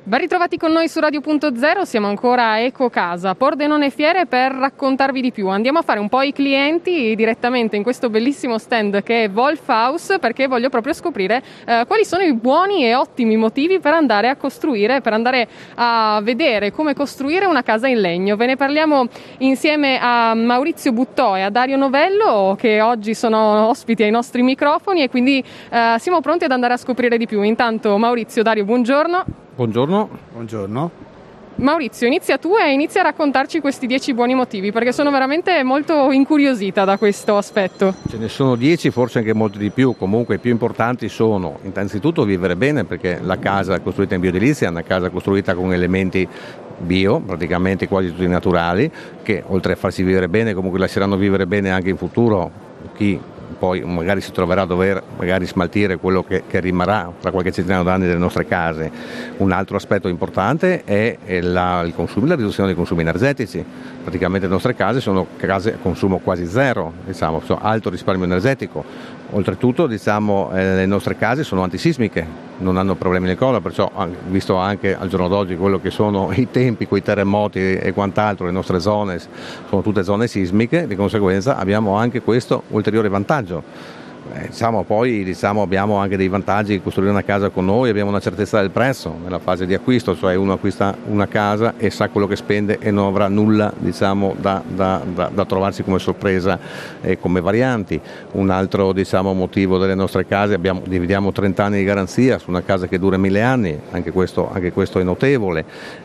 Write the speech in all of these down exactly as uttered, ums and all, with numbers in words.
Ben ritrovati con noi su Radio Punto Zero, siamo ancora a Ecocasa, Pordenone Fiere, per raccontarvi di più. Andiamo a fare un po' i clienti direttamente in questo bellissimo stand che è Wolf House, perché voglio proprio scoprire eh, quali sono i buoni e ottimi motivi per andare a costruire, per andare a vedere come costruire una casa in legno. Ve ne parliamo insieme a Maurizio Buttò e a Dario Novello, che oggi sono ospiti ai nostri microfoni, e quindi eh, siamo pronti ad andare a scoprire di più. Intanto Maurizio, Dario, buongiorno. Buongiorno. Buongiorno. Maurizio, inizia tu e inizia a raccontarci questi dieci buoni motivi, perché sono veramente molto incuriosita da questo aspetto. Ce ne sono dieci, forse anche molti di più. Comunque i più importanti sono innanzitutto vivere bene, perché la casa costruita in bioedilizia è una casa costruita con elementi bio, praticamente quasi tutti naturali, che oltre a farsi vivere bene comunque lasceranno vivere bene anche in futuro chi poi magari si troverà a dover magari smaltire quello che, che rimarrà tra qualche centinaio d'anni delle nostre case. Un altro aspetto importante è la, il consumo e la riduzione dei consumi energetici. Praticamente le nostre case sono case a consumo quasi zero, diciamo, sono alto risparmio energetico. Oltretutto, diciamo, eh, le nostre case sono antisismiche, non hanno problemi nel collo, perciò visto anche al giorno d'oggi quello che sono i tempi, quei terremoti e quant'altro, le nostre zone sono tutte zone sismiche, di conseguenza abbiamo anche questo ulteriore vantaggio. Eh, diciamo, poi diciamo, abbiamo anche dei vantaggi di costruire una casa con noi, abbiamo una certezza del prezzo nella fase di acquisto, cioè uno acquista una casa e sa quello che spende e non avrà nulla, diciamo, da, da, da, da trovarsi come sorpresa e come varianti. Un altro, diciamo, motivo delle nostre case, abbiamo, dividiamo trenta anni di garanzia su una casa che dura mille anni, anche questo, anche questo è notevole,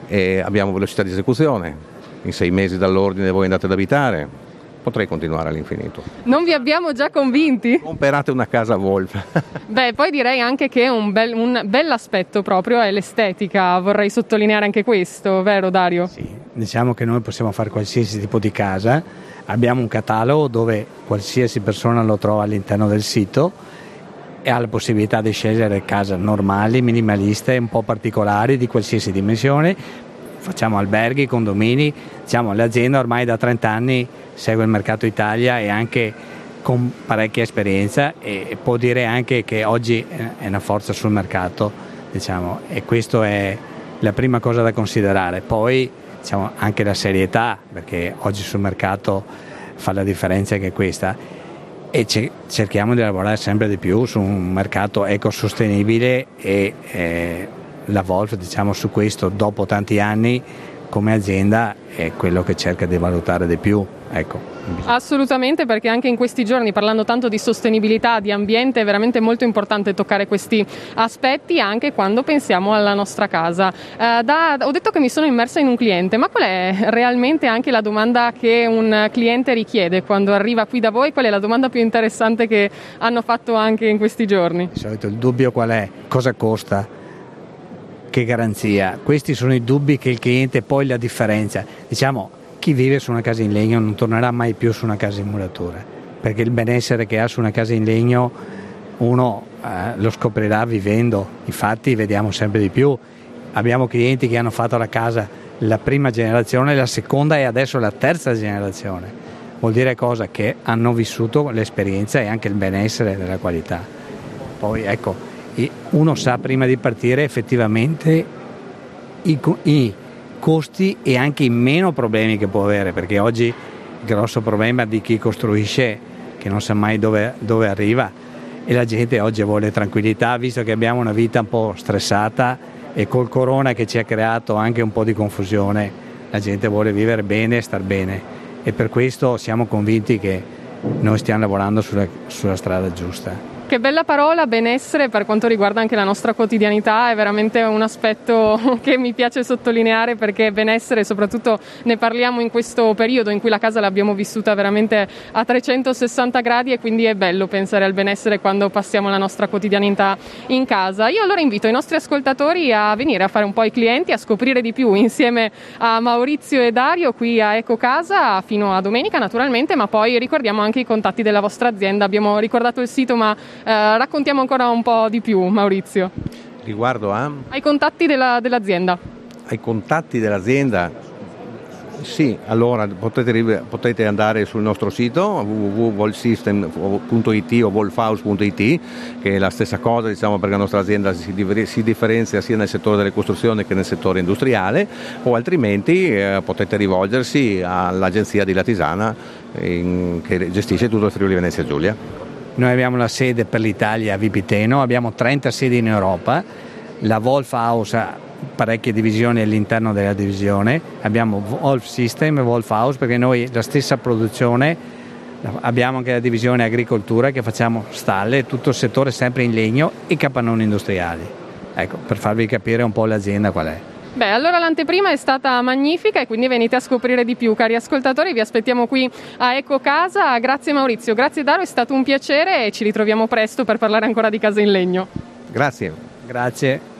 e abbiamo velocità di esecuzione, in sei mesi dall'ordine voi andate ad abitare. Potrei continuare all'infinito. Non vi abbiamo già convinti? Comprate una casa Wolf. Beh, poi direi anche che un bel, un bel aspetto proprio è l'estetica, vorrei sottolineare anche questo, vero Dario? Sì, diciamo che noi possiamo fare qualsiasi tipo di casa, abbiamo un catalogo dove qualsiasi persona lo trova all'interno del sito e ha la possibilità di scegliere case normali, minimaliste, un po' particolari, di qualsiasi dimensione. Facciamo alberghi, condomini, diciamo l'azienda ormai da trenta anni segue il mercato Italia e anche con parecchia esperienza, e può dire anche che oggi è una forza sul mercato, diciamo, e questo è la prima cosa da considerare. Poi diciamo anche la serietà, perché oggi sul mercato fa la differenza anche questa, e cerchiamo di lavorare sempre di più su un mercato ecosostenibile e eh, la Wolf, diciamo, su questo dopo tanti anni come azienda è quello che cerca di valutare di più, ecco. Assolutamente, perché anche in questi giorni, parlando tanto di sostenibilità, di ambiente, è veramente molto importante toccare questi aspetti anche quando pensiamo alla nostra casa. Eh, da, ho detto che mi sono immersa in un cliente, ma qual è realmente anche la domanda che un cliente richiede quando arriva qui da voi? Qual è la domanda più interessante che hanno fatto anche in questi giorni? Di solito il dubbio qual è? Cosa costa? Che garanzia? Questi sono i dubbi che il cliente, poi la differenza. Diciamo, chi vive su una casa in legno non tornerà mai più su una casa in muratura, perché il benessere che ha su una casa in legno uno eh, lo scoprirà vivendo. Infatti vediamo sempre di più, abbiamo clienti che hanno fatto la casa la prima generazione, la seconda e adesso la terza generazione. Vuol dire cosa? Che hanno vissuto l'esperienza e anche il benessere della qualità. Poi ecco, uno sa prima di partire effettivamente i, i costi e anche i meno problemi che può avere, perché oggi il grosso problema di chi costruisce che non sa mai dove, dove arriva, e la gente oggi vuole tranquillità, visto che abbiamo una vita un po' stressata e col corona che ci ha creato anche un po' di confusione, la gente vuole vivere bene e star bene, e per questo siamo convinti che noi stiamo lavorando sulla, sulla strada giusta. Che bella parola, benessere, per quanto riguarda anche la nostra quotidianità, è veramente un aspetto che mi piace sottolineare, perché benessere, soprattutto ne parliamo in questo periodo in cui la casa l'abbiamo vissuta veramente a trecentosessanta gradi, e quindi è bello pensare al benessere quando passiamo la nostra quotidianità in casa. Io allora invito i nostri ascoltatori a venire a fare un po' i clienti, a scoprire di più insieme a Maurizio e Dario qui a Ecocasa fino a domenica naturalmente, ma poi ricordiamo anche i contatti della vostra azienda. Abbiamo ricordato il sito, ma Eh, raccontiamo ancora un po' di più, Maurizio. Riguardo a? Ai contatti della, dell'azienda. Ai contatti dell'azienda, Sì, allora potete, potete andare sul nostro sito w w w punto volsystem punto i t o wolfhouse punto i t, che è la stessa cosa, diciamo, perché la nostra azienda si, si differenzia sia nel settore delle costruzioni che nel settore industriale, o altrimenti eh, potete rivolgersi all'agenzia di Latisana in, che gestisce tutto il Friuli Venezia Giulia. Noi abbiamo la sede per l'Italia a Vipiteno, abbiamo trenta sedi in Europa, la Wolf House ha parecchie divisioni all'interno della divisione, abbiamo Wolf System e Wolf House, perché noi la stessa produzione abbiamo anche la divisione agricoltura, che facciamo stalle, tutto il settore sempre in legno e capannoni industriali. Ecco, per farvi capire un po' l'azienda qual è. Beh, allora l'anteprima è stata magnifica e quindi venite a scoprire di più, cari ascoltatori, vi aspettiamo qui a Eco Casa. Grazie Maurizio, grazie Dario, è stato un piacere e ci ritroviamo presto per parlare ancora di case in legno. Grazie. Grazie.